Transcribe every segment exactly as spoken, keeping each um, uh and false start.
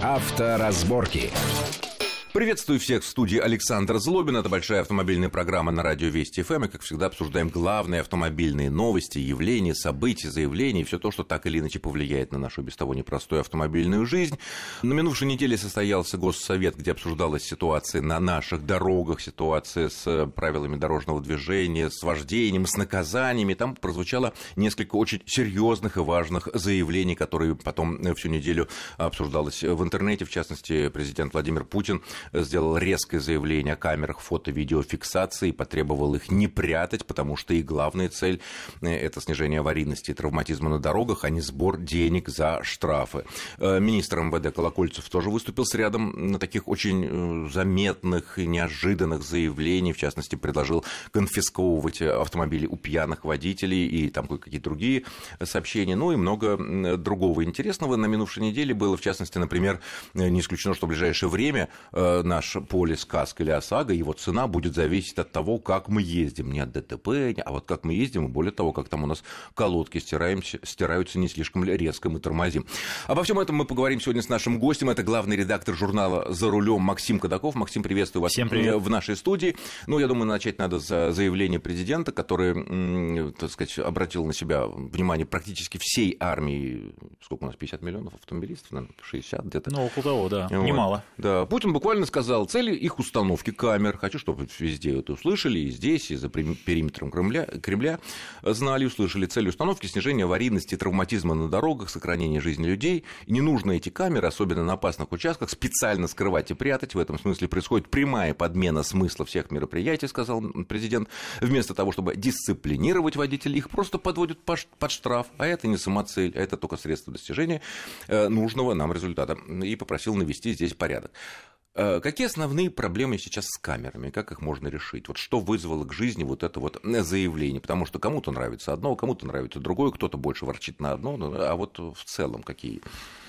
Авторазборки. Приветствую всех в студии Александр Злобин. Это большая автомобильная программа на радио Вести ФМ. И, как всегда, обсуждаем главные автомобильные новости, явления, события, заявления и все то, что так или иначе повлияет на нашу без того непростую автомобильную жизнь. На минувшей неделе состоялся Госсовет, где обсуждалась ситуация на наших дорогах, ситуация с правилами дорожного движения, с вождением, с наказаниями. Там прозвучало несколько очень серьезных и важных заявлений, которые потом всю неделю обсуждалось в интернете. В частности, президент Владимир Путин сделал резкое заявление о камерах фото-видеофиксации и потребовал их не прятать, потому что их главная цель – это снижение аварийности и травматизма на дорогах, а не сбор денег за штрафы. Министр МВД Колокольцев тоже выступил с рядом таких очень заметных и неожиданных заявлений, в частности, предложил конфисковывать автомобили у пьяных водителей и там кое-какие другие сообщения, ну и много другого интересного. На минувшей неделе было, в частности, например, не исключено, что в ближайшее время наш полис, КАСК или ОСАГО, его цена будет зависеть от того, как мы ездим, не от ДТП, а вот как мы ездим, и более того, как там у нас колодки стираемся, стираются не слишком резко, мы тормозим. Обо всем этом мы поговорим сегодня с нашим гостем. Это главный редактор журнала «За рулем» Максим Кадаков. Максим, приветствую вас. Всем привет. В нашей студии. Ну, я думаю, начать надо с заявления президента, который, так сказать, обратил на себя внимание практически всей армии. Сколько у нас, пятьдесят миллионов автомобилистов, наверное, шестьдесят где-то. Ну, около того, да, вот. Немало. Да, Путин буквально сказал, цели их установки камер. Хочу, чтобы везде это услышали, и здесь, и за периметром Кремля, Кремля знали, услышали. Цель установки — снижение аварийности и травматизма на дорогах, сохранение жизни людей. И не нужно эти камеры, особенно на опасных участках, специально скрывать и прятать. В этом смысле происходит прямая подмена смысла всех мероприятий, сказал президент. Вместо того, чтобы дисциплинировать водителей, их просто подводят под штраф. А это не самоцель, а это только средство достижения нужного нам результата. И попросил навести здесь порядок. Какие основные проблемы сейчас с камерами? Как их можно решить? Вот что вызвало к жизни вот это вот заявление? Потому что кому-то нравится одно, кому-то нравится другое, кто-то больше ворчит на одно, а вот в целом какие?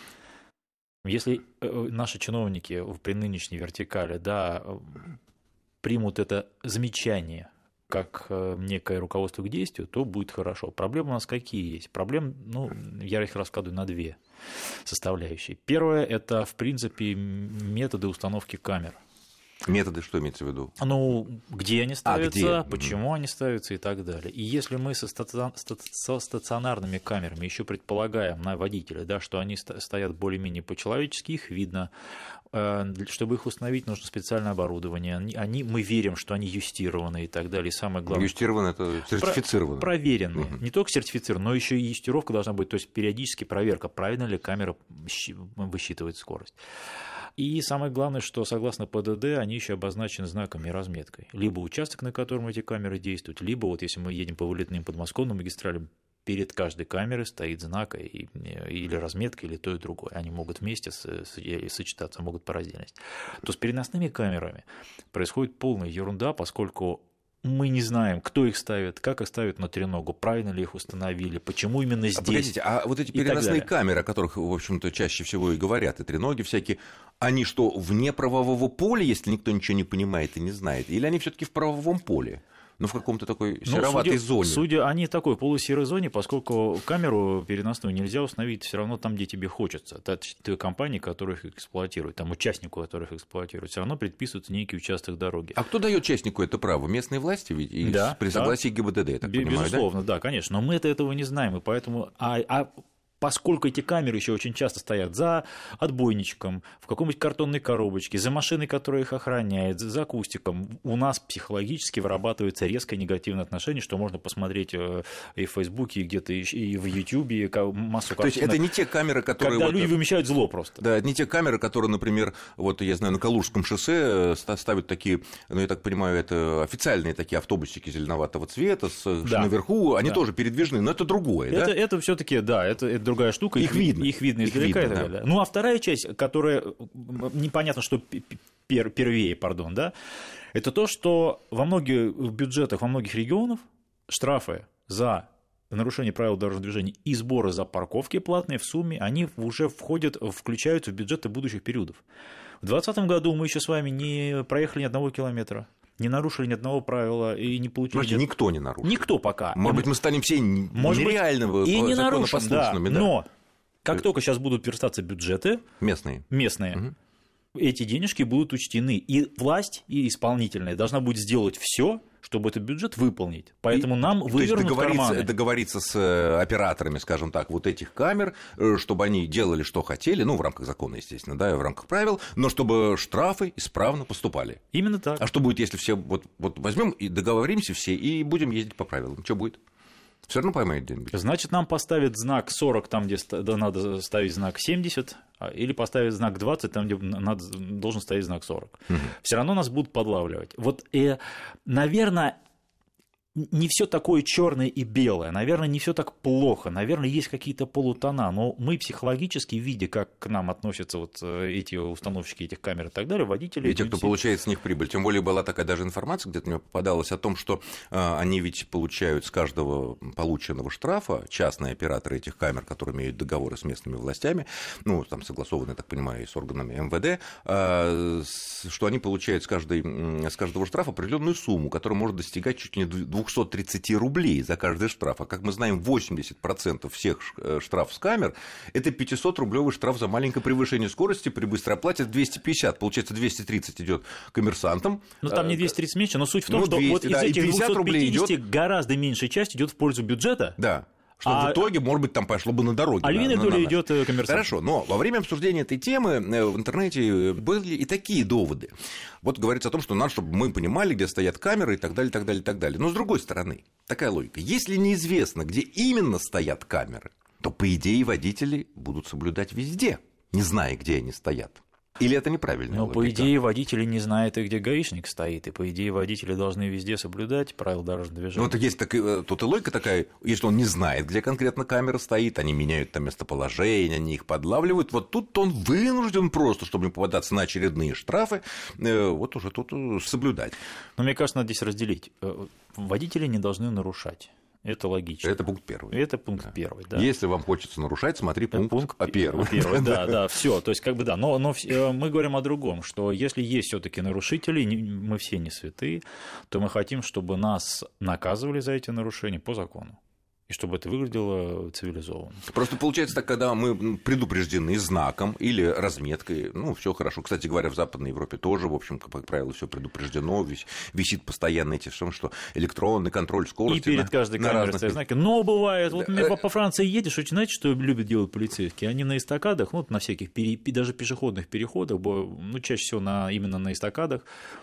Если наши чиновники при нынешней вертикали, да, примут это замечание как некое руководство к действию, то будет хорошо. Проблемы у нас какие есть? Проблем, ну, я их раскладываю на две составляющие. Первое – это, в принципе, методы установки камер. Методы, что имеется в виду? Ну, где они ставятся, а, где? почему mm-hmm. они ставятся и так далее. И если мы со, стаци... со стационарными камерами еще предполагаем на водителя, да, что они стоят более-менее по-человечески, их видно, чтобы их установить, нужно специальное оборудование. Они, они, мы верим, что они юстированы и так далее. И самое главное... Юстированы – это сертифицировано. Про- проверены. Mm-hmm. Не только сертифицированы, но еще и юстировка должна быть, то есть периодически проверка, правильно ли камера высчитывает скорость. И самое главное, что согласно ПДД они еще обозначены знаками и разметкой. Либо участок, на котором эти камеры действуют, либо вот если мы едем по вылетным подмосковным магистралям, перед каждой камерой стоит знак и, или разметка, или то и другое. Они могут вместе сочетаться, могут по раздельности. То с переносными камерами происходит полная ерунда, поскольку мы не знаем, кто их ставит, как их ставят на треногу, правильно ли их установили, почему именно здесь. А погодите, а вот эти переносные камеры, о которых, в общем-то, чаще всего и говорят, и треноги всякие, они что, вне правового поля, если никто ничего не понимает и не знает? Или они все-таки в правовом поле? Но в каком-то такой сероватой ну, судя, зоне. Судя, они в такой полусерой зоне, поскольку камеру переносную нельзя установить все равно там, где тебе хочется. Той компании, которая их эксплуатирует, там участнику, которых эксплуатирует, все равно предписывается некий участок дороги. А кто дает частнику это право? Местные власти ведь? И да, при согласии да. ГИБДД, я так Б- понимаю, безусловно, да? да, конечно. Но мы-то этого не знаем, и поэтому... А, а... Поскольку эти камеры еще очень часто стоят за отбойничком, в какой-нибудь картонной коробочке, за машиной, которая их охраняет, за кустиком, у нас психологически вырабатывается резкое негативное отношение, что можно посмотреть и в Фейсбуке, и где-то и в Ютьюбе, и массу картинок. То есть это не те камеры, которые... Когда вот... люди вымещают зло просто. Да, это не те камеры, которые, например, вот я знаю, на Калужском шоссе ставят такие, ну, я так понимаю, это официальные такие автобусики зеленоватого цвета, с... да. наверху, они да. тоже передвижны, но это другое, это, да? Это все-таки, да, это, это другая штука. Их, их видно. Их видно издалека. Их видно, да. Ну, а вторая часть, которая непонятно, что пер, первее, пардон, да, это то, что во многих бюджетах, во многих регионах штрафы за нарушение правил дорожного движения и сборы за парковки платные в сумме, они уже входят, включаются в бюджеты будущих периодов. В двадцатом году мы еще с вами не проехали ни одного километра. Не нарушили ни одного правила и не получили... Значит, ни... никто не нарушил. Никто пока. Может быть, мы станем все нереально и не нарушим, да, да. но Как только сейчас будут верстаться бюджеты местные, местные угу. эти денежки будут учтены. И власть, и исполнительная должна будет сделать все, чтобы этот бюджет выполнить. Поэтому и, нам вывернут договориться, карманы. договориться с операторами, скажем так, вот этих камер, чтобы они делали, что хотели, ну, в рамках закона, естественно, да, в рамках правил, но чтобы штрафы исправно поступали. Именно так. А что будет, если все, вот, вот возьмем и договоримся все, и будем ездить по правилам? Что будет? Все равно поймают где-нибудь. Значит, нам поставят знак сорок, там, где надо ставить знак семьдесят, или поставить знак двадцать, там, где надо, должен стоять знак сорок. Угу. Все равно нас будут подлавливать. Вот, э, наверное, не все такое черное и белое, наверное, не все так плохо, наверное, есть какие-то полутона, но мы психологически, видя, как к нам относятся вот эти установщики этих камер и так далее, водители... И те, кто получает с них прибыль. Тем более была такая даже информация, где-то мне попадалась о том, что э, они ведь получают с каждого полученного штрафа, частные операторы этих камер, которые имеют договоры с местными властями, ну, там согласованы, я так понимаю, и с органами эм вэ дэ, э, что они получают с, каждой, с каждого штрафа определенную сумму, которая может достигать чуть ли не двести тридцать рублей за каждый штраф. А как мы знаем, восемьдесят процентов всех штрафов с камер – это пятисотрублевый штраф за маленькое превышение скорости, при быстрой оплате двести пятьдесят. Получается, двести тридцать идет коммерсантам. Ну, там не двести тридцать меньше, но суть в том, ну, что двести, вот из да, этих двухсот пятидесяти идет... гораздо меньшая часть идет в пользу бюджета. Да. Что а... в итоге, может быть, там пошло бы на дороге. А львиная доля идет коммерсантам. Хорошо, но во время обсуждения этой темы в интернете были и такие доводы. Вот говорится о том, что надо, чтобы мы понимали, где стоят камеры и так далее, так далее, так далее. Но с другой стороны, такая логика. Если неизвестно, где именно стоят камеры, то, по идее, водители будут соблюдать везде, не зная, где они стоят. Или это неправильно? Но, по идее, водители не знают, и где гаишник стоит, и, по идее, водители должны везде соблюдать правила дорожного движения. Ну, это есть так, тут и логика такая, если он не знает, где конкретно камера стоит, они меняют там местоположение, они их подлавливают, вот тут он вынужден просто, чтобы не попадаться на очередные штрафы, вот уже тут соблюдать. Но мне кажется, надо здесь разделить. Водители не должны нарушать. Это логично. Это пункт первый. Это пункт да. первый, да. Если вам хочется нарушать, смотри пункт, пункт первый. первый. Да, да, все. То есть, как бы да. Но, но мы говорим о другом, что если есть все-таки нарушители, мы все не святые, то мы хотим, чтобы нас наказывали за эти нарушения по закону. И чтобы это выглядело цивилизованно. Просто получается так, когда мы предупреждены знаком или разметкой, ну, все хорошо. Кстати говоря, в Западной Европе тоже, в общем, как правило, все предупреждено, висит постоянно эти, что электронный контроль скорости. И перед на, каждой камерой разных... стоят знаки. Но бывает, вот да. по Франции едешь, очень, знаете, что любят делать полицейские? Они на эстакадах, ну, на всяких, пере... даже пешеходных переходах, ну, чаще всего на... именно на эстакадах,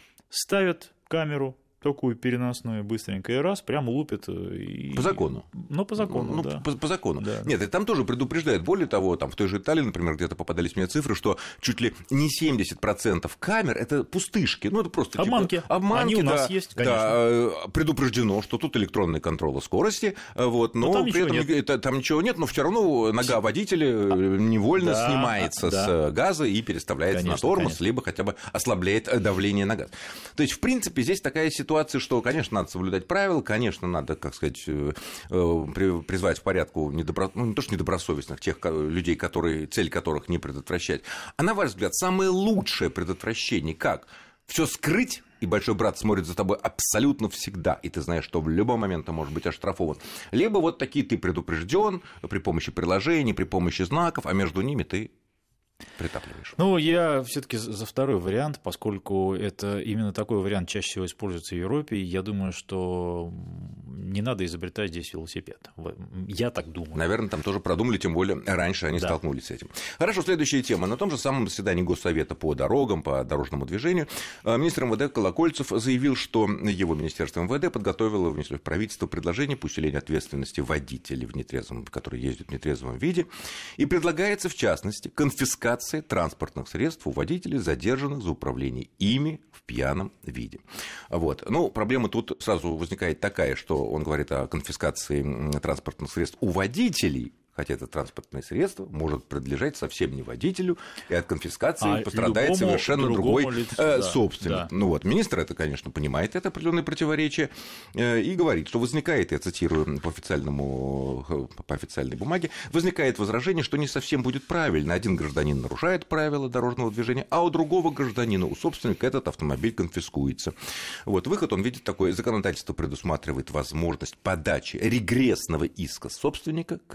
ставят камеру, такую переносную, быстренько, и раз, прям лупит. И... По закону. Ну, по закону, ну, да. По, по закону. Да. Нет, и там тоже предупреждают. Более того, там в той же Италии, например, где-то попадались мне цифры, что чуть ли не семьдесят процентов камер – это пустышки. Ну, это просто… Обманки. Типа, обманки, Они у да, нас есть, конечно. Да, предупреждено, что тут электронный контроль скорости, вот, но, но там при этом нет. там ничего нет, но все равно нога водителя невольно да, снимается да. с газа и переставляется конечно, на тормоз, конечно. либо хотя бы ослабляет давление на газ. То есть, в принципе, здесь такая ситуация, что, конечно, надо соблюдать правила, конечно, надо, как сказать, призвать в порядку недобро... ну, не то что недобросовестных, тех людей, которые, цель которых не предотвращать. А на ваш взгляд, самое лучшее предотвращение как? Все скрыть, и большой брат смотрит за тобой абсолютно всегда, и ты знаешь, что в любой момент ты можешь быть оштрафован. Либо вот такие ты предупрежден при помощи приложений, при помощи знаков, а между ними ты притапливаешь. Ну, я все-таки за второй вариант, поскольку это именно такой вариант чаще всего используется в Европе, я думаю, что не надо изобретать здесь велосипед. Я так думаю. Наверное, там тоже продумали, тем более раньше они да. столкнулись с этим. Хорошо, следующая тема. На том же самом заседании Госсовета по дорогам, по дорожному движению, министр эм вэ дэ Колокольцев заявил, что его министерство эм вэ дэ подготовило, внесло в правительство предложение по усилению ответственности водителей, в нетрезвом, которые ездят в нетрезвом виде, и предлагается, в частности, конфискация транспортных средств у водителей, задержанных за управление ими в пьяном виде. Вот. Ну, проблема тут сразу возникает такая, что он говорит о конфискации транспортных средств у водителей, хотя это транспортное средство может принадлежать совсем не водителю, и от конфискации а пострадает любому, совершенно другой лицу, э, да, собственник. Да. Ну вот, министр это, конечно, понимает, это определенное противоречие, э, и говорит, что возникает, я цитирую по, официальному, по официальной бумаге, возникает возражение, что не совсем будет правильно. Один гражданин нарушает правила дорожного движения, а у другого гражданина, у собственника, этот автомобиль конфискуется. Вот, выход он видит такой: законодательство предусматривает возможность подачи регрессного иска собственника к этому гражданину.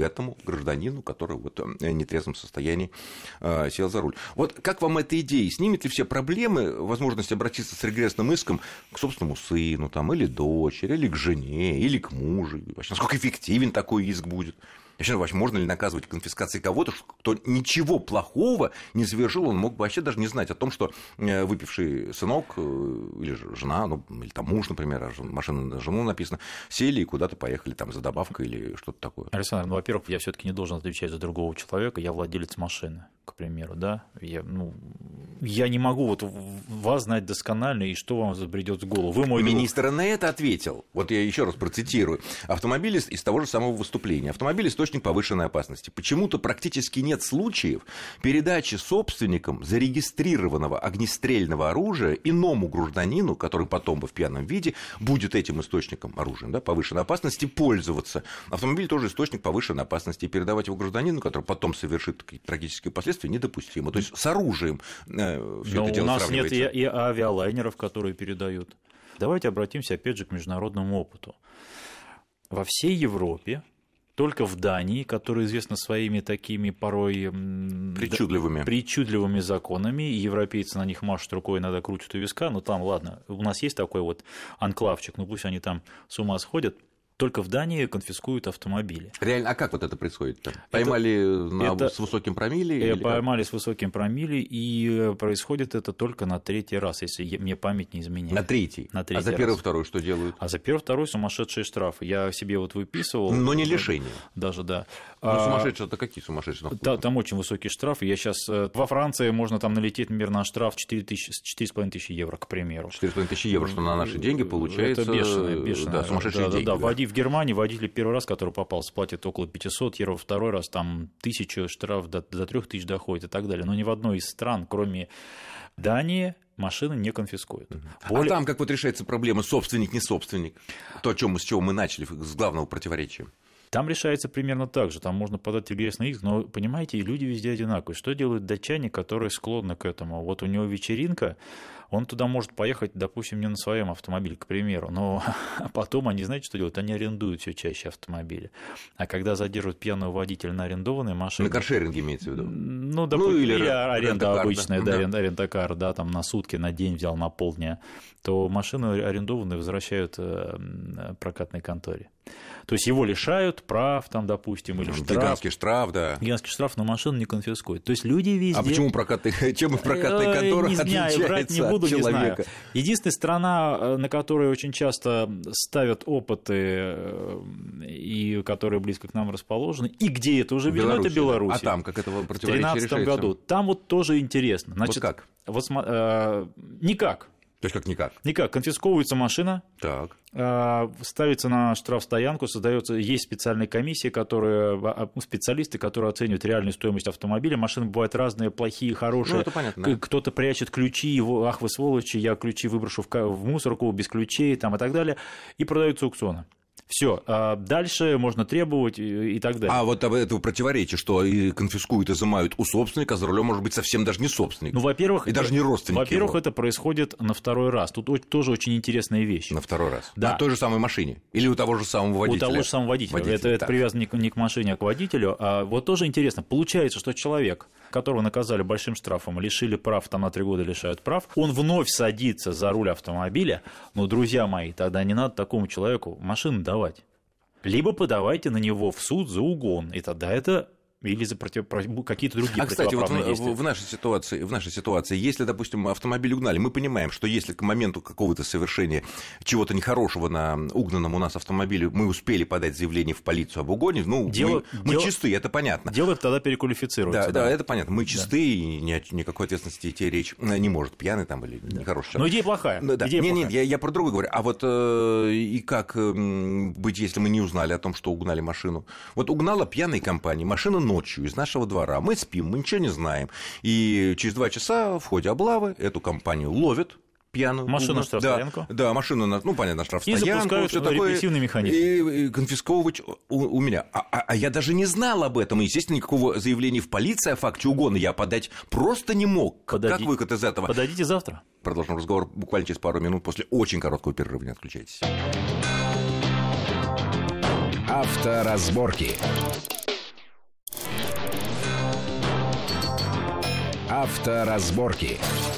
гражданину, который вот в нетрезвом состоянии сел за руль. Вот как вам эта идея? Снимет ли все проблемы, возможность обратиться с регрессным иском к собственному сыну, там, или дочери, или к жене, или к мужу? Вообще, насколько эффективен такой иск будет? Вообще, можно ли наказывать конфискацией кого-то, кто ничего плохого не совершил, он мог бы вообще даже не знать о том, что выпивший сынок или жена, ну, или там муж, например, а машина на жену написано, сели и куда-то поехали там за добавкой или что-то такое. Александр, ну, во-первых, я все-таки не должен отвечать за другого человека, я владелец машины, к примеру, да, я, ну, я не могу вот вас знать досконально, и что вам забредет в голову. Вы мой Министр друг... на это ответил, вот я еще раз процитирую, автомобиль из того же самого выступления, автомобиль источник повышенной опасности. Почему-то практически нет случаев передачи собственникам зарегистрированного огнестрельного оружия иному гражданину, который потом бы в пьяном виде будет этим источником оружия, да, повышенной опасности пользоваться. Автомобиль тоже источник повышенной опасности, и передавать его гражданину, который потом совершит какие-то трагические последствия, недопустимо. То есть с оружием э, все это дело у нас сравнивается. Нет и, и авиалайнеров, которые передают. Давайте обратимся опять же к международному опыту. Во всей Европе, только в Дании, которая известна своими такими порой причудливыми. причудливыми законами, и европейцы на них машут рукой, иногда крутят у виска, но там, ладно, у нас есть такой вот анклавчик, ну пусть они там с ума сходят. Только в Дании конфискуют автомобили. Реально, а как вот это происходит? Это, поймали на, это, с высоким промилле? Поймали с высоким промилле, и происходит это только на третий раз, если мне память не изменяет. На третий? На третий а за первый, второй что делают? А за первый, второй сумасшедшие штрафы. Я себе вот выписывал. Но не лишение. Даже, да. Ну, сумасшедшие, это какие сумасшедшие? Там, там очень высокие штрафы. Я сейчас... Во Франции можно там налететь, например, на штраф четыре с половиной тысячи евро, к примеру. четыре с половиной тысячи евро, что на наши деньги получается... Это бешеное, бешеное. Да, сумасшедшие да, деньги. Да, да. Да. Води, в Германии водитель первый раз, который попался, платит около пятьсот евро, второй раз там тысячу штраф до, до трех тысяч доходит и так далее. Но ни в одной из стран, кроме Дании, машины не конфискуют. Более... А там как вот решается проблема собственник, не собственник? То, о чем мы, с чего мы начали, с главного противоречия. Там решается примерно так же, там можно подать регрессный иск, но, понимаете, люди везде одинаковые. Что делают датчане, которые склонны к этому? Вот у него вечеринка, он туда может поехать, допустим, не на своем автомобиле, к примеру, но потом они, знаете, что делают? Они арендуют все чаще автомобили. А когда задерживают пьяного водителя на арендованной машине... На каршеринге имеется в виду? Ну, допустим, ну или, или аренда обычная, да, да. арендакар, да, там на сутки, на день взял, на полдня, то машину арендованную возвращают прокатной конторе. То есть его лишают прав, там, допустим, или штраф. Гигантский штраф, да. Гигантский штраф, но машину не конфискуют. То есть люди везде... А почему прокатный, чем прокатная контора не отличается знаю, брать не буду, от человека? Не знаю. Единственная страна, на которой очень часто ставят опыты, и которая близко к нам расположена, и где это уже видно, это Беларусь. А там как этого противоречия решается? В две тысячи тринадцатом году. Там вот тоже интересно. Значит, вот как? Вот, э, никак. То есть как никак? Никак. Конфисковывается машина, так. ставится на штрафстоянку, создается, есть специальная комиссия, которые, специалисты, которые оценивают реальную стоимость автомобиля. Машины бывают разные, плохие, хорошие. Ну, это понятно, да. Кто-то прячет ключи, его, ах вы сволочи, я ключи выброшу в мусорку без ключей там, и так далее, и продаются аукционы. Все, дальше можно требовать и так далее. А вот об этом противоречие, что и конфискуют, изымают у собственника, за рулем может быть совсем даже не собственник. Ну, во-первых, и даже не родственник. Во-первых, его. Это происходит на второй раз. Тут тоже очень интересная вещь. На второй раз. Да. На той же самой машине. Или у того же самого водителя. У того же самого водителя. водителя это, это привязано не к машине, а к водителю. А вот тоже интересно. Получается, что человек, которого наказали большим штрафом, лишили прав, там на три года лишают прав, он вновь садится за руль автомобиля. Но, друзья мои, тогда не надо такому человеку машину давать. Либо подавайте на него в суд за угон, и тогда это или за против... какие-то другие а, кстати, вот действия. В, в, нашей ситуации, в нашей ситуации, если, допустим, автомобиль угнали, мы понимаем, что если к моменту какого-то совершения чего-то нехорошего на угнанном у нас автомобиле мы успели подать заявление в полицию об угоне, ну, дело, мы, дело, мы чисты, это понятно. Дело тогда переквалифицируется. Да, да, да, это понятно. Мы чисты, да. И ни, никакой ответственности идти речь не может. Пьяный там или да. нехороший. Но идея плохая. Да. Идея нет, плохая. нет, я, я про другое говорю. А вот э, и как э, быть, если мы не узнали о том, что угнали машину? Вот угнала пьяная компания машина ночью из нашего двора. Мы спим, мы ничего не знаем. И через два часа в ходе облавы эту компанию ловят. Пьяную. Машину на штрафстоянку. Да, да, машину на, ну, понятно, на штрафстоянку. И запускают все такое, репрессивный механизм. И, и конфисковывать у, у меня. А, а, а я даже не знал об этом. И, естественно, никакого заявления в полиции о факте угона я подать просто не мог. Подойди, как выход из этого? Подойдите завтра. Продолжим разговор буквально через пару минут после очень короткого перерыва. Не отключайтесь. Авторазборки. Авторазборки.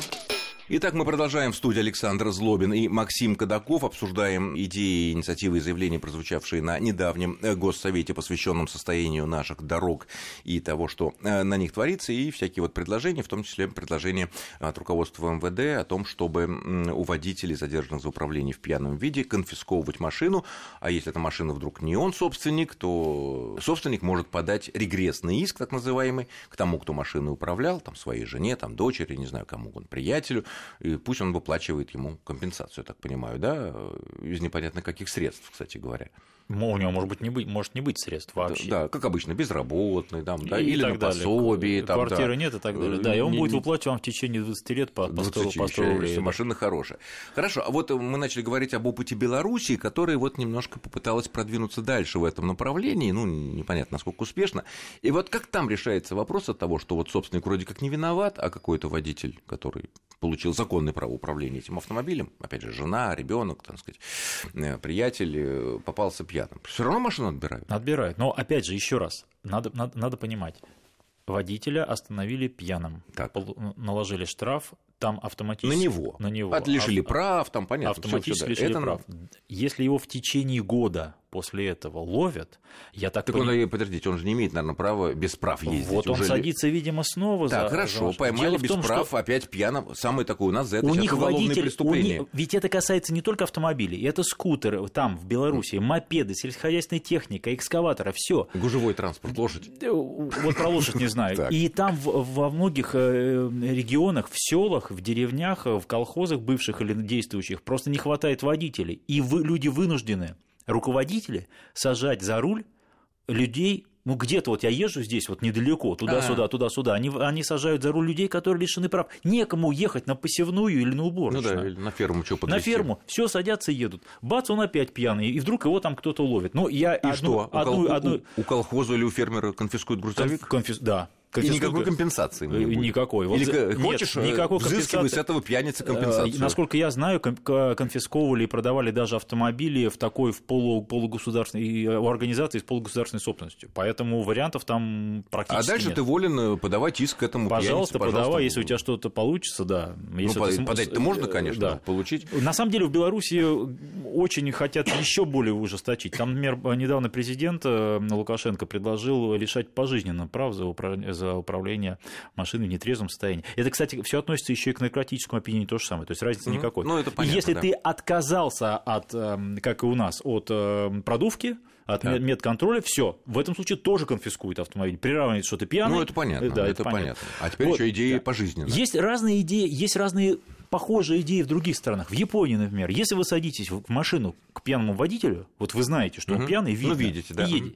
Итак, мы продолжаем. В студии Александр Злобин и Максим Кадаков. Обсуждаем идеи, инициативы и заявления, прозвучавшие на недавнем Госсовете, посвященном состоянию наших дорог и того, что на них творится, и всякие вот предложения, в том числе предложения от руководства эм вэ дэ о том, чтобы у водителей, задержанных за управление в пьяном виде, конфисковывать машину, а если эта машина вдруг не он собственник, то собственник может подать регрессный иск, так называемый, к тому, кто машиной управлял, там, своей жене, там, дочери, не знаю, кому он, приятелю, и пусть он выплачивает ему компенсацию, я так понимаю, да, из непонятно каких средств, кстати говоря. У него может быть не быть, может не быть средств вообще. Да, да, как обычно, безработный, там, да, и или на пособии. Там, квартиры да. нет и так далее. Да, и он не, будет выплачивать вам в течение двадцати лет по, по сто рублей. Машина хорошая. Хорошо, а вот мы начали говорить об опыте Белоруссии, которая вот немножко попыталась продвинуться дальше в этом направлении, ну, непонятно, насколько успешно. И вот как там решается вопрос от того, что вот собственник вроде как не виноват, а какой-то водитель, который получил законное право управления этим автомобилем, опять же, жена, ребенок, так сказать, приятель, попался пьяным. Все равно машину отбирают. Отбирают. Но опять же, еще раз, надо, надо, надо понимать, водителя остановили пьяным, так. наложили штраф, там автоматически... На него. На него. От лишили а, прав, там понятно. Автоматически всё, всё, лишили да. прав. Это... Если его в течение года после этого ловят, я так, так понимаю... он, подождите, он же не имеет, наверное, права без прав ездить. Вот он уже садится, ли... видимо, снова так, за... хорошо, за... поймали Дело без том, прав, что... опять пьяным. Самое такое у нас за это у сейчас них уголовное водитель, преступление. У них... Ведь это касается не только автомобилей, это скутеры там, в Беларуси, мопеды, сельскохозяйственная техника, экскаваторы, все. Гужевой транспорт, лошадь. Вот про лошадь не знаю. И там во многих регионах, в селах, в деревнях, в колхозах бывших или действующих просто не хватает водителей. И вы, люди вынуждены, руководители, сажать за руль людей, ну где-то вот я езжу здесь вот недалеко, туда-сюда, туда-сюда, они, они сажают за руль людей, которые лишены прав. Некому ехать на посевную или на уборочную. Ну да, или на ферму что подвезти. На ферму, все садятся и едут. Бац, он опять пьяный, и вдруг его там кто-то ловит. Ну, я и одну, что, одну, у, кол... одну... у, у колхоза или у фермера конфискуют грузовик? Конфис... Да. И никакой компенсации не будет. Никакой. Вот Или за... хочешь, Нет, никакой взыскивай с этого пьяницы компенсацию. Насколько я знаю, конфисковывали и продавали даже автомобили в такой в полу, полугосударственной у организации с полугосударственной собственностью. Поэтому вариантов там практически А дальше нет. ты волен подавать иск к этому пожалуйста, пьянице. Пожалуйста, подавай, если у тебя что-то получится, да. Если ну, ты... подать-то можно, конечно, да. получить. На самом деле в Беларуси очень хотят еще более ужесточить. Там, например, недавно президент Лукашенко предложил лишать пожизненно прав за управление машины в нетрезвом состоянии. Это, кстати, все относится еще и к наркотическому опьянению, то же самое, то есть разницы mm-hmm. никакой. Ну, это понятно, если да. ты отказался от, как и у нас, от продувки, от да. медконтроля, все, в этом случае тоже конфискуют автомобиль, приравнивают, что ты пьяный. Ну, это понятно, да, это, это понятно. понятно. А теперь вот, еще идеи да. пожизненно. Есть разные идеи, есть разные похожие идеи в других странах. В Японии, например, если вы садитесь в машину к пьяному водителю, вот вы знаете, что mm-hmm. он пьяный, видно, ну, видите, да. и едет.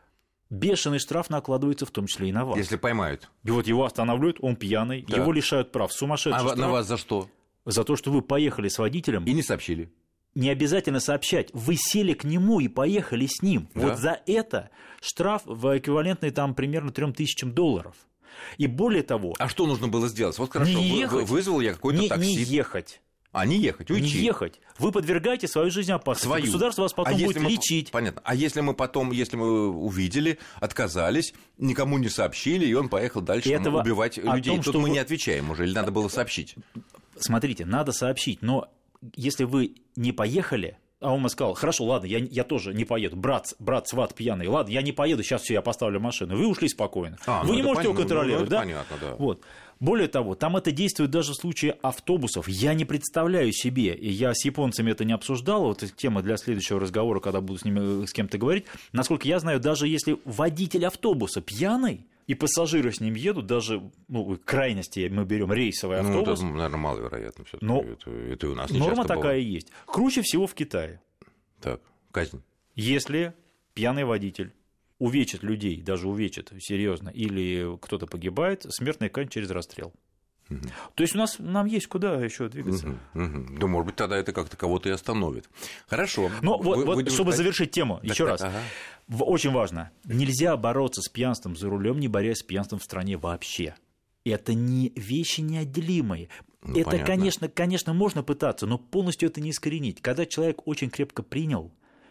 Бешеный штраф накладывается в том числе и на вас. Если поймают. И вот его останавливают, он пьяный, да. его лишают прав, сумасшедший а штраф. на вас за что? За то, что вы поехали с водителем. И не сообщили. Не обязательно сообщать. Вы сели к нему и поехали с ним. Да. Вот за это штраф в эквивалентный там примерно трем тысячам долларов. И более того... А что нужно было сделать? Вот хорошо, не ехать, вызвал я какой-то не, такси. Не ехать. А не ехать, уйти. Не ехать. Вы подвергаете свою жизнь опасности. Свою. Государство вас потом а будет мы... лечить. Понятно. А если мы потом, если мы увидели, отказались, никому не сообщили, и он поехал дальше там, убивать людей, том, тут что мы вы... не отвечаем уже, или надо было сообщить? Смотрите, надо сообщить, но если вы не поехали... А он мне сказал, хорошо, ладно, я, я тоже не поеду, брат, брат, сват пьяный, ладно, я не поеду, сейчас все, я поставлю машину. Вы ушли спокойно. А, вы ну не можете пон... его контролировать, ну, да? Понятно, да. Вот. Более того, там это действует даже в случае автобусов. Я не представляю себе, и я с японцами это не обсуждал, вот эта тема для следующего разговора, когда буду с ними с кем-то говорить. Насколько я знаю, даже если водитель автобуса пьяный, и пассажиры с ним едут, даже ну, крайности мы берем рейсовый автобус. Ну, это, наверное, маловероятно все-таки. Но это, это у нас не норма часто такая бывает. есть. Круче всего в Китае. Так, казнь. Если пьяный водитель увечит людей, даже увечит серьезно, или кто-то погибает, смертная казнь через расстрел. Угу. То есть у нас нам есть куда еще двигаться. Угу, угу. Да, может быть, тогда это как-то кого-то и остановит. Хорошо. Но вы, вот, вот, чтобы ждать... завершить тему, так, еще так, раз. Ага. Очень важно. Нельзя бороться с пьянством за рулем, не борясь с пьянством в стране вообще. Это не вещи неотделимые. Ну, это, понятно. конечно, конечно, можно пытаться, но полностью это не искоренить. Когда человек очень крепко принял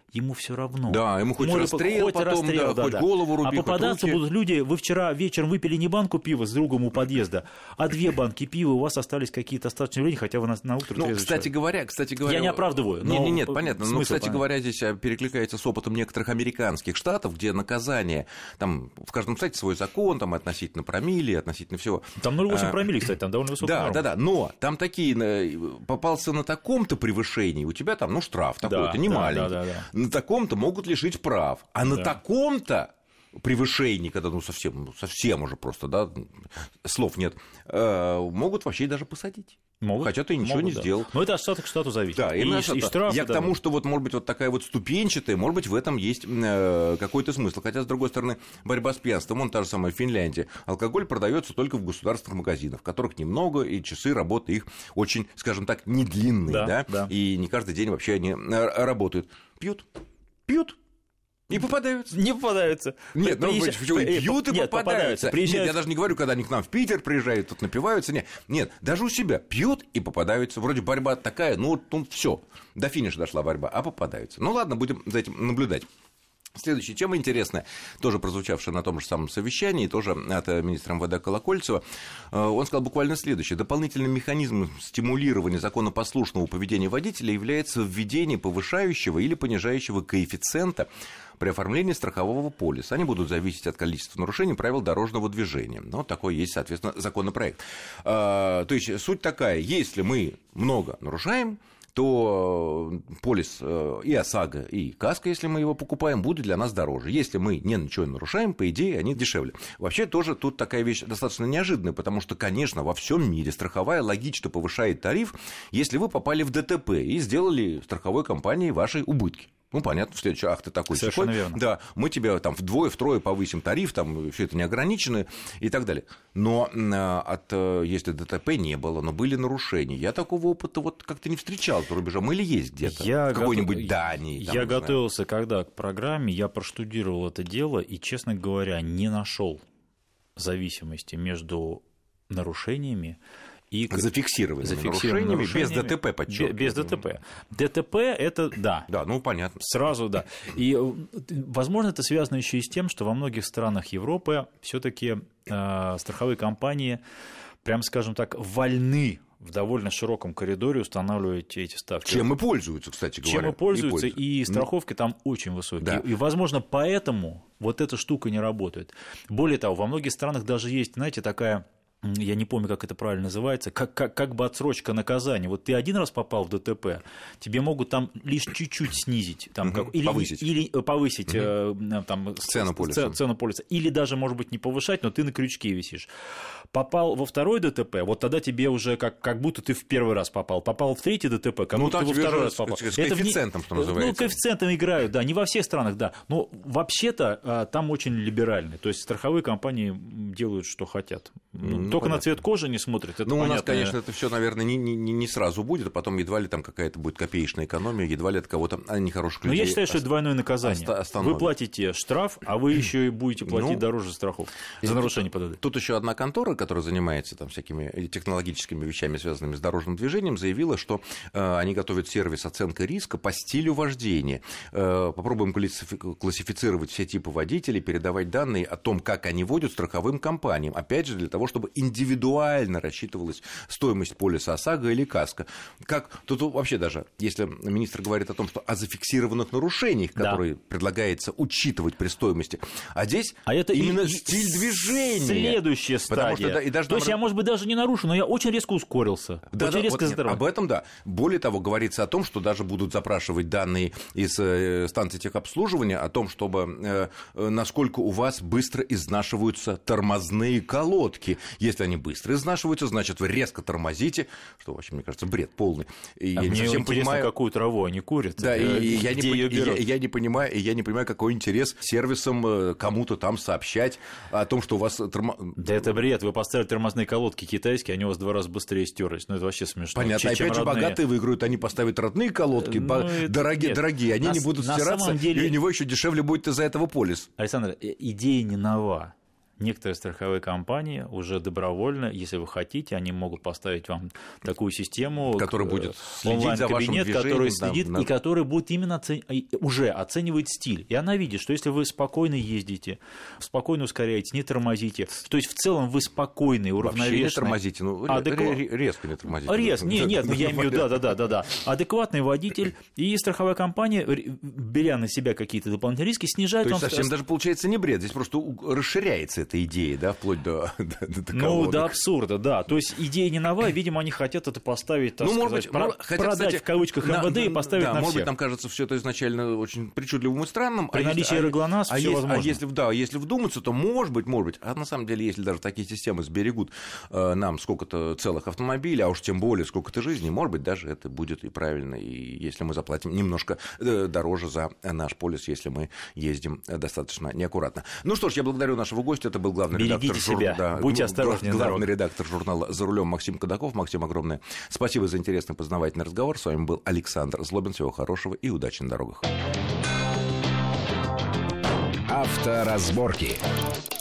ему все равно. Да, ему хоть Море, расстрел хоть потом, расстрел, да, да, хоть да. голову руби, а попадаться руки. будут люди, вы вчера вечером выпили не банку пива с другом у подъезда, а две банки пива, у вас остались какие-то остаточные явления, хотя вы на, на утро Ну, трезвый кстати человек. говоря, кстати говоря... Я не оправдываю. Нет, но нет, нет, понятно. Но, кстати понятно. говоря, здесь перекликается с опытом некоторых американских штатов, где наказание, там в каждом штате свой закон, там относительно промилле, относительно всего. Там ноль целых восемь а, промилле, кстати, там довольно высокая Да, норма. да, да, но там такие, попался на таком-то превышении, у тебя там, ну, штраф такой-то, Да, не да, маленький. да, да, да. На таком-то могут лишить прав, а на Да. таком-то превышении, когда ну совсем, ну, совсем уже просто, да, слов нет, э, могут вообще даже посадить. Могут, Хотя ты ничего могут, не да. сделал. Но это от штата к штату зависит. Да, и, именно и, и штрафы, я да, к тому, да. что вот, может быть, вот такая вот ступенчатая, может быть, в этом есть э, какой-то смысл. Хотя, с другой стороны, борьба с пьянством, вон та же самая Финляндия. Алкоголь продается только в государственных магазинах, которых немного, и часы работы их очень, скажем так, не длинные, Да, да, да. и не каждый день вообще они э, работают. Пьют, пьют. И попадаются. Не попадаются. Нет, ну Приезжают- почему? И э, пьют и нет, попадаются. Приезжают... Нет, я даже не говорю, когда они к нам в Питер приезжают, тут напиваются. Нет, нет, даже у себя пьют и попадаются. Вроде борьба такая, ну, ну все, до финиша дошла борьба, а попадаются. Ну ладно, будем за этим наблюдать. Следующая тема интересная, тоже прозвучавшая на том же самом совещании, тоже от министра эм вэ дэ Колокольцева. Он сказал буквально следующее. Дополнительным механизмом стимулирования законопослушного поведения водителя является введение повышающего или понижающего коэффициента при оформлении страхового полиса. Они будут зависеть от количества нарушений правил дорожного движения. Ну, такой есть, соответственно, законопроект. То есть суть такая, если мы много нарушаем, то полис и ОСАГО, и КАСКО, если мы его покупаем, будут для нас дороже. Если мы не ничего не нарушаем, по идее, они дешевле. Вообще, тоже тут такая вещь достаточно неожиданная, потому что, конечно, во всем мире страховая логично повышает тариф, если вы попали в дэ тэ пэ и сделали страховой компании ваши убытки. Ну, понятно, в следующий, ах, ты такой Совершенно сякой. верно. Да, мы тебе там вдвое, втрое повысим тариф, там все это неограничено и так далее. Но от, если дэ тэ пэ не было, но были нарушения, я такого опыта вот как-то не встречал за рубежом. Или есть где-то? Я в какой-нибудь готов... Дании? Там, я не знаю. готовился когда к программе, я проштудировал это дело и, честно говоря, не нашел зависимости между нарушениями и зафиксированными, зафиксированными нарушениями, без нарушениями, дэ тэ пэ, подчеркиваю. Без дэ тэ пэ. дэ тэ пэ – это да. Да, ну понятно. Сразу, да. И, возможно, это связано еще и с тем, что во многих странах Европы все-таки э, страховые компании, прям скажем так, вольны в довольно широком коридоре устанавливать эти ставки. Чем и пользуются, кстати говоря. Чем и пользуются, и, пользуются. и страховки там очень высокие. Да. И, возможно, поэтому вот эта штука не работает. Более того, во многих странах даже есть, знаете, такая... Я не помню, как это правильно называется, как, как, как бы отсрочка наказания. Вот ты один раз попал в дэ тэ пэ, тебе могут там лишь чуть-чуть снизить, там, угу, как, или повысить, или повысить угу. э, там, цену, полиса. цену полиса, или даже, может быть, не повышать, но ты на крючке висишь. Попал во второй дэ тэ пэ, вот тогда тебе уже как, как будто ты в первый раз попал. Попал в третий дэ тэ пэ, как ну, будто ты во второй раз попал. С коэффициентом, это что называется. Ну, коэффициентом играют, да, не во всех странах, да. Но вообще-то там очень либерально. То есть страховые компании делают, что хотят. Ну, ну, только понятно. на цвет кожи не смотрят. Это ну, у нас, понятно. конечно, это все, наверное, не, не, не сразу будет, а потом едва ли там какая-то будет копеечная экономия, едва ли от кого-то а, нехороших людей. Но я считаю, что это двойное наказание. Вы платите штраф, а вы еще и будете платить ну, дороже страховку за нарушение ПДД. Тут, тут еще одна контора, которая занимается там всякими технологическими вещами, связанными с дорожным движением, заявила, что э, они готовят сервис оценка риска по стилю вождения. Э, попробуем классифицировать все типы водителей, передавать данные о том, как они водят страховым компаниям. Опять же, для того, чтобы индивидуально рассчитывалась стоимость полиса ОСАГО или КАСКО. Как тут вообще даже, если министр говорит о том, что о зафиксированных нарушениях, которые да. предлагается учитывать при стоимости, а здесь а это именно и, стиль движения. Следующая стадия. Что, да, и даже То есть нам... я, может быть, даже не нарушу, но я очень резко ускорился. Да, очень да, резко вот нет, об этом, да. Более того, говорится о том, что даже будут запрашивать данные из э, станций техобслуживания о том, чтобы э, насколько у вас быстро изнашиваются тормозные колодки. Если они быстро изнашиваются, значит, вы резко тормозите, что, в общем, мне кажется, бред полный. И а я мне не совсем интересно, понимаю... какую траву они курят. Да, и, и, я не, ее и, я, и я не понимаю, и я не понимаю, какой интерес сервисам кому-то там сообщать о том, что у вас... Тормо... Да это бред, вы поставили тормозные колодки китайские, они у вас в два раза быстрее стерлись. Ну, это вообще смешно. Понятно, чем опять же, родные. богатые выиграют, они поставят родные колодки, ну, это... дорогие, Нет, дорогие, они на, не будут на стираться, деле... и у него еще дешевле будет из-за этого полис. Александр, идея не нова. некоторые страховые компании уже добровольно, если вы хотите, они могут поставить вам такую систему, которая будет следить за вашим движением, который следит да, и который будет именно оцен... уже оценивает стиль. И она видит, что если вы спокойно ездите, спокойно ускоряете, не тормозите, то есть в целом вы спокойный, уравновешенный. Вообще не тормозите, ну адекват... резко не тормозите. Резко, нет, нет, я имею в виду, да, да, да, да, адекватный водитель, и страховая компания, беря на себя какие-то дополнительные риски, снижает то вам... То есть совсем даже получается не бред, здесь просто расширяется эта идея, да, вплоть до, до, до Ну, до абсурда, да. То есть идея не новая, видимо, они хотят это поставить, так ну, сказать, может быть, про- хотя, продать кстати, в кавычках эм вэ дэ на, и поставить да, на может всех. быть, нам кажется все это изначально очень причудливым и странным. При а наличии если, РОГЛОНАСС а, все а возможно. А если, да, если вдуматься, то может быть, может быть. А на самом деле, если даже такие системы сберегут э, нам сколько-то целых автомобилей, а уж тем более сколько-то жизней, может быть, даже это будет и правильно, и если мы заплатим немножко э, дороже за наш полис, если мы ездим достаточно неаккуратно. Ну что ж, я благодарю нашего гостя, это был главный Берегите редактор... себя, жур... да, будьте осторожнее на главный дорогах. редактор журнала «За рулем» Максим Кадаков. Максим, огромное спасибо за интересный познавательный разговор. С вами был Александр Злобин. Всего хорошего и удачи на дорогах. Авторазборки.